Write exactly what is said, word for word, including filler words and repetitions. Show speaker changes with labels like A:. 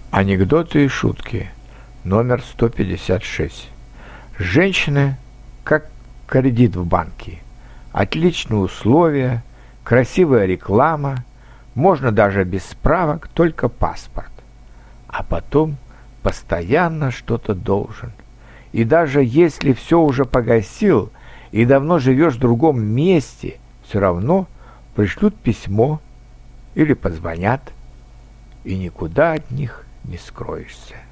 A: Анекдоты и шутки. Номер сто пятьдесят шесть. Женщины как кредит в банке. Отличные условия, красивая реклама, можно даже без справок, только паспорт. А потом постоянно что-то должен. И даже если все уже погасил и давно живешь в другом месте, все равно пришлют письмо или позвонят, и никуда от них не скроешься.